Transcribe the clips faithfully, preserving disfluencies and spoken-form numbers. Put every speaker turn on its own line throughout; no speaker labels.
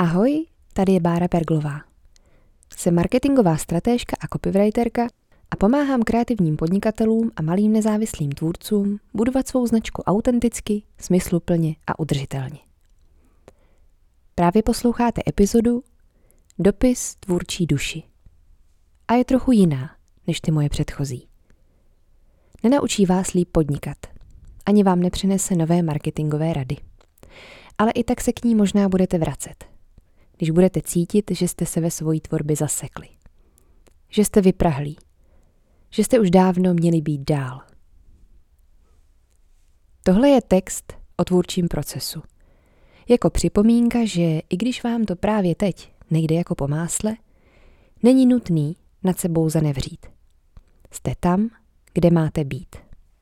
Ahoj, tady je Bára Perglová. Jsem marketingová stratéžka a copywriterka a pomáhám kreativním podnikatelům a malým nezávislým tvůrcům budovat svou značku autenticky, smysluplně a udržitelně. Právě posloucháte epizodu Dopis tvůrčí duši. A je trochu jiná, než ty moje předchozí. Nenaučí vás líp podnikat, ani vám nepřinese nové marketingové rady. Ale i tak se k ní možná budete vracet, když budete cítit, že jste se ve svojí tvorbě zasekli. Že jste vyprahlí. Že jste už dávno měli být dál. Tohle je text o tvůrčím procesu. Jako připomínka, že i když vám to právě teď nejde jako po másle, není nutný nad sebou zanevřít. Jste tam, kde máte být.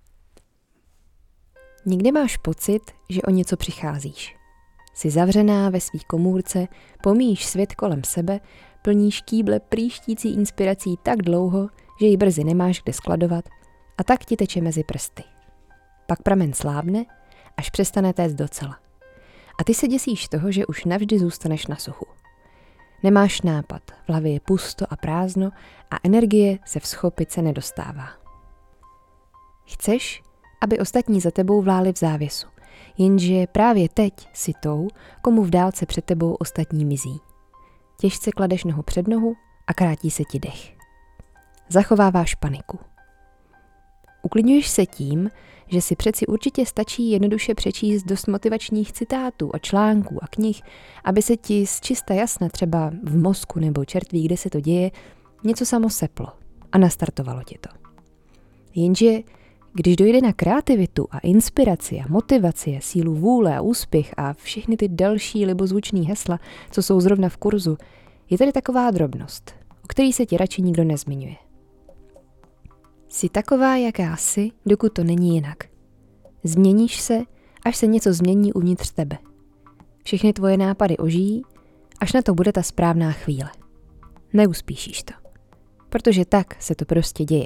Někdy máš pocit, že o něco přicházíš. Jsi zavřená ve svých komůrce, pomíjíš svět kolem sebe, plníš kýble prýštící inspirací tak dlouho, že ji brzy nemáš kde skladovat a tak ti teče mezi prsty. Pak pramen slábne, až přestane téct docela. A ty se děsíš toho, že už navždy zůstaneš na suchu. Nemáš nápad, v hlavě je pusto a prázdno a energie se vzchopit se nedostává. Chceš, aby ostatní za tebou vláli v závěsu, jenže právě teď si tou, komu v dálce před tebou ostatní mizí. Těžce kladeš nohu před nohu a krátí se ti dech. Zachováváš paniku. Uklidňuješ se tím, že si přeci určitě stačí jednoduše přečíst dost motivačních citátů a článků a knih, aby se ti z čista jasna třeba v mozku nebo čertví, kde se to děje, něco samo seplo a nastartovalo ti to. Jenže když dojde na kreativitu a inspiraci a motivaci a sílu vůle a úspěch a všechny ty další libozvučný hesla, co jsou zrovna v kurzu, je tady taková drobnost, o který se ti radši nikdo nezmiňuje. Jsi taková, jaká jsi, dokud to není jinak. Změníš se, až se něco změní uvnitř tebe. Všechny tvoje nápady ožijí, až na to bude ta správná chvíle. Neuspíšíš to, protože tak se to prostě děje.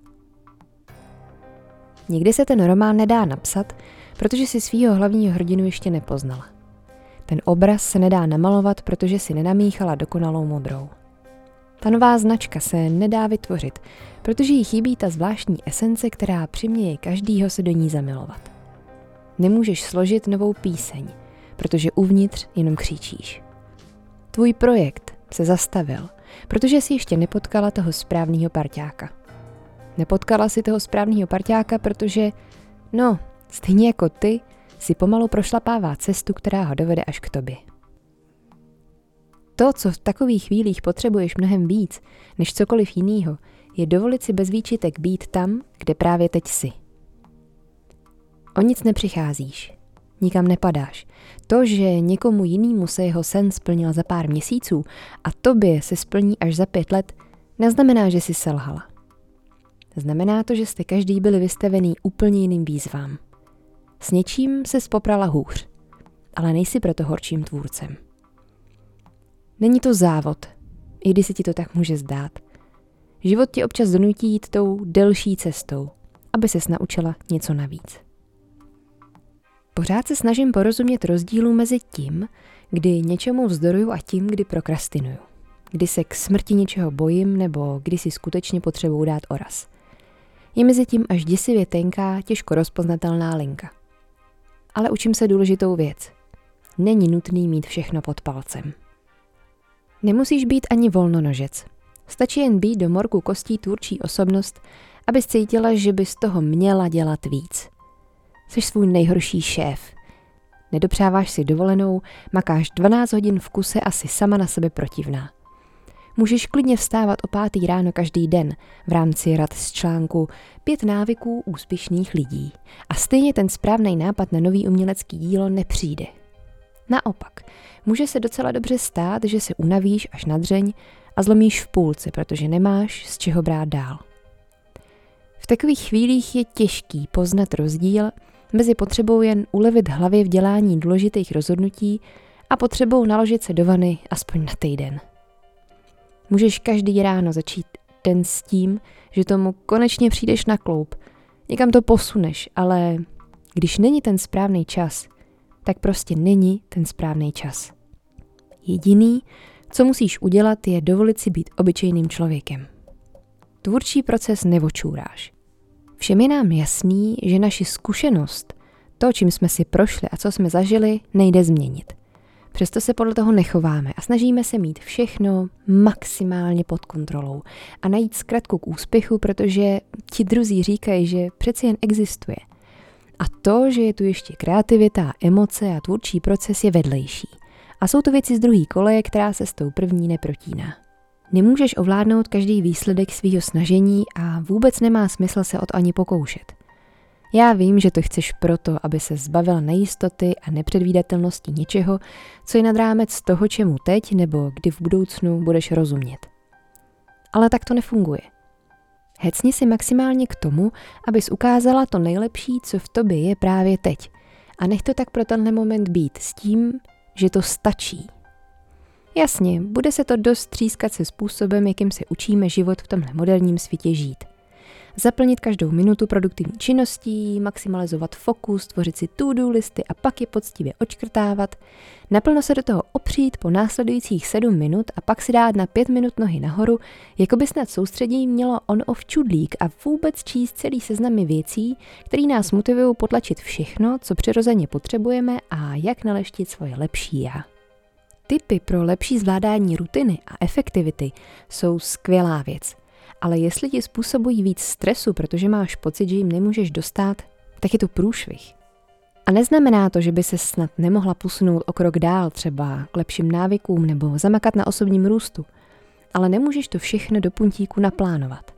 Nikdy se ten román nedá napsat, protože si svýho hlavního hrdinu ještě nepoznala. Ten obraz se nedá namalovat, protože si nenamíchala dokonalou modrou. Ta nová značka se nedá vytvořit, protože jí chybí ta zvláštní esence, která přiměje každýho se do ní zamilovat. Nemůžeš složit novou píseň, protože uvnitř jenom křičíš. Tvůj projekt se zastavil, protože jsi ještě nepotkala toho správného parťáka. Nepotkala si toho správného parťáka, protože, no, stejně jako ty, si pomalu prošlapává cestu, která ho dovede až k tobě. To, co v takových chvílích potřebuješ mnohem víc, než cokoliv jinýho, je dovolit si bez výčitek být tam, kde právě teď jsi. O nic nepřicházíš, nikam nepadáš. To, že někomu jinému se jeho sen splnil za pár měsíců a tobě se splní až za pět let, neznamená, že jsi selhala. Znamená to, že jste každý byli vystavený úplně jiným výzvám. S něčím se poprala hůř, ale nejsi proto horším tvůrcem. Není to závod, i když se ti to tak může zdát. Život ti občas donutí jít tou delší cestou, aby ses naučila něco navíc. Pořád se snažím porozumět rozdílu mezi tím, kdy něčemu vzdoruju a tím, kdy prokrastinuju. Kdy se k smrti něčeho bojím nebo kdy si skutečně potřebuju dát oraz. Je mezi tím až děsivě tenká, těžko rozpoznatelná linka. Ale učím se důležitou věc. Není nutný mít všechno pod palcem. Nemusíš být ani volnonožec. Stačí jen být do morku kostí tvůrčí osobnost, abys cítila, že bys toho měla dělat víc. Jsi svůj nejhorší šéf. Nedopřáváš si dovolenou, makáš dvanáct hodin v kuse a jsi sama na sebe protivná. Můžeš klidně vstávat o pátý ráno každý den v rámci rad z článku Pět návyků úspěšných lidí a stejně ten správný nápad na nový umělecký dílo nepřijde. Naopak, může se docela dobře stát, že se unavíš až na dřeň a zlomíš v půlce, protože nemáš z čeho brát dál. V takových chvílích je těžký poznat rozdíl mezi potřebou jen ulevit hlavě v dělání důležitých rozhodnutí a potřebou naložit se do vany aspoň na týden. Můžeš každý ráno začít den s tím, že tomu konečně přijdeš na kloub, někam to posuneš, ale když není ten správný čas, tak prostě není ten správný čas. Jediný, co musíš udělat, je dovolit si být obyčejným člověkem. Tvůrčí proces nevočůráš. Všem je nám jasný, že naši zkušenost, to, čím jsme si prošli a co jsme zažili, nejde změnit. Přesto se podle toho nechováme a snažíme se mít všechno maximálně pod kontrolou a najít zkratku k úspěchu, protože ti druzí říkají, že přeci jen existuje. A to, že je tu ještě kreativita, emoce a tvůrčí proces je vedlejší. A jsou to věci z druhé koleje, která se s tou první neprotíná. Nemůžeš ovládnout každý výsledek svýho snažení a vůbec nemá smysl se o to ani pokoušet. Já vím, že to chceš proto, aby se zbavila nejistoty a nepředvídatelnosti něčeho, co je nad rámec toho, čemu teď nebo kdy v budoucnu budeš rozumět. Ale tak to nefunguje. Hecni si maximálně k tomu, abys ukázala to nejlepší, co v tobě je právě teď. A nech to tak pro tenhle moment být s tím, že to stačí. Jasně, bude se to dost třískat se způsobem, jakým se učíme život v tomhle moderním světě žít. Zaplnit každou minutu produktivní činností, maximalizovat fokus, tvořit si to-do listy a pak je poctivě odškrtávat, naplno se do toho opřít po následujících sedm minut a pak si dát na pět minut nohy nahoru, jako by snad soustředí mělo on-off čudlík a vůbec číst celý seznamy věcí, které nás motivují potlačit všechno, co přirozeně potřebujeme a jak naleštit svoje lepší já. Tipy pro lepší zvládání rutiny a efektivity jsou skvělá věc. Ale jestli ti způsobují víc stresu, protože máš pocit, že jim nemůžeš dostát, tak je to průšvih. A neznamená to, že by se snad nemohla posunout o krok dál, třeba k lepším návykům nebo zamakat na osobním růstu. Ale nemůžeš to všechno do puntíku naplánovat.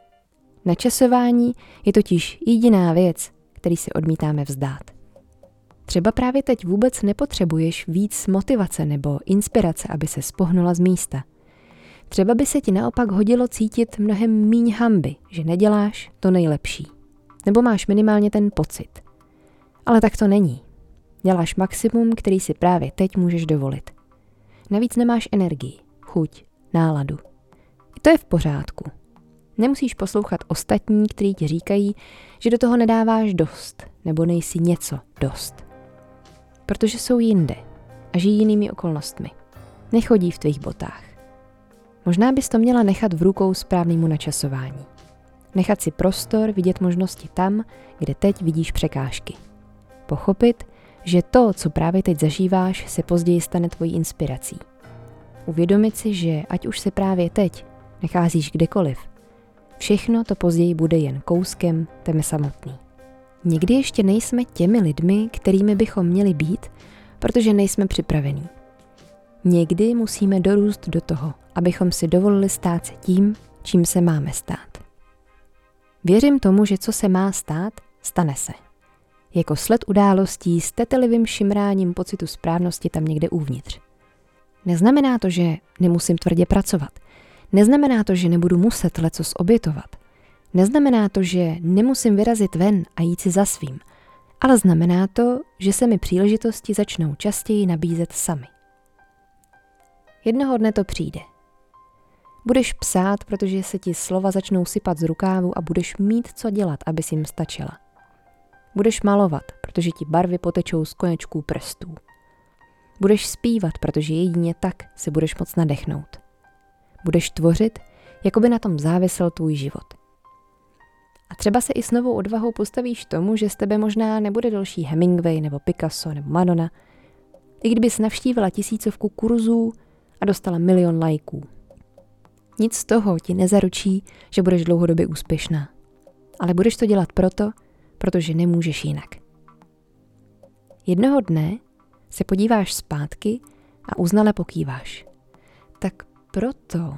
Načasování je totiž jediná věc, který si odmítáme vzdát. Třeba právě teď vůbec nepotřebuješ víc motivace nebo inspirace, aby se spohnula z místa. Třeba by se ti naopak hodilo cítit mnohem míň hanby, že neděláš to nejlepší. Nebo máš minimálně ten pocit. Ale tak to není. Děláš maximum, který si právě teď můžeš dovolit. Navíc nemáš energii, chuť, náladu. I to je v pořádku. Nemusíš poslouchat ostatní, kteří ti říkají, že do toho nedáváš dost, nebo nejsi něco dost. Protože jsou jinde a žijí jinými okolnostmi. Nechodí v tvých botách. Možná bys to měla nechat v rukou správnému načasování. Nechat si prostor vidět možnosti tam, kde teď vidíš překážky. Pochopit, že to, co právě teď zažíváš, se později stane tvojí inspirací. Uvědomit si, že ať už se právě teď nacházíš kdekoliv, všechno to později bude jen kouskem tebe samotný. Někdy ještě nejsme těmi lidmi, kterými bychom měli být, protože nejsme připravení. Někdy musíme dorůst do toho, abychom si dovolili stát se tím, čím se máme stát. Věřím tomu, že co se má stát, stane se. Jako sled událostí s tetelivým šimráním pocitu správnosti tam někde uvnitř. Neznamená to, že nemusím tvrdě pracovat. Neznamená to, že nebudu muset lecos obětovat. Neznamená to, že nemusím vyrazit ven a jít si za svým. Ale znamená to, že se mi příležitosti začnou častěji nabízet sami. Jednoho dne to přijde. Budeš psát, protože se ti slova začnou sypat z rukávu a budeš mít co dělat, aby si jim stačila. Budeš malovat, protože ti barvy potečou z konečků prstů. Budeš zpívat, protože jedině tak si budeš moct nadechnout. Budeš tvořit, jako by na tom závisel tvůj život. A třeba se i s novou odvahou postavíš tomu, že z tebe možná nebude další Hemingway nebo Picasso nebo Madonna, i kdybys navštívila tisícovku kurzů a dostala milion lajků. Nic z toho ti nezaručí, že budeš dlouhodobě úspěšná. Ale budeš to dělat proto, protože nemůžeš jinak. Jednoho dne se podíváš zpátky a uznale pokýváš. Tak proto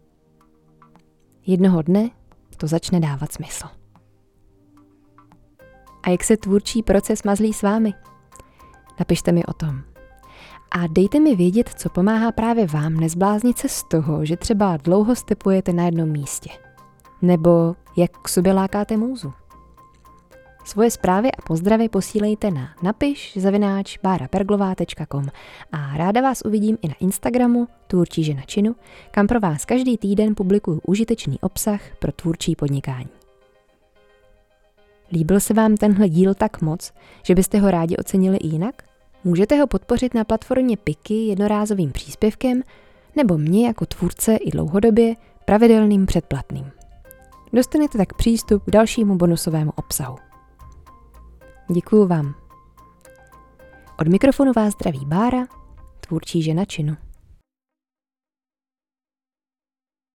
jednoho dne to začne dávat smysl. A jak se tvůrčí proces mazlí s vámi? Napište mi o tom. A dejte mi vědět, co pomáhá právě vám nezbláznit se z toho, že třeba dlouho stepujete na jednom místě. Nebo jak k sobě lákáte můzu. Svoje zprávy a pozdravy posílejte na napiš zavináč bára perglová tečka com a ráda vás uvidím i na Instagramu Tvůrčí žena činu, kam pro vás každý týden publikuju užitečný obsah pro tvůrčí podnikání. Líbil se vám tenhle díl tak moc, že byste ho rádi ocenili i jinak? Můžete ho podpořit na platformě Piky jednorázovým příspěvkem nebo mě jako tvůrce i dlouhodobě pravidelným předplatným. Dostanete tak přístup k dalšímu bonusovému obsahu. Děkuju vám. Od mikrofonu vás zdraví Bára, tvůrčí žena činu.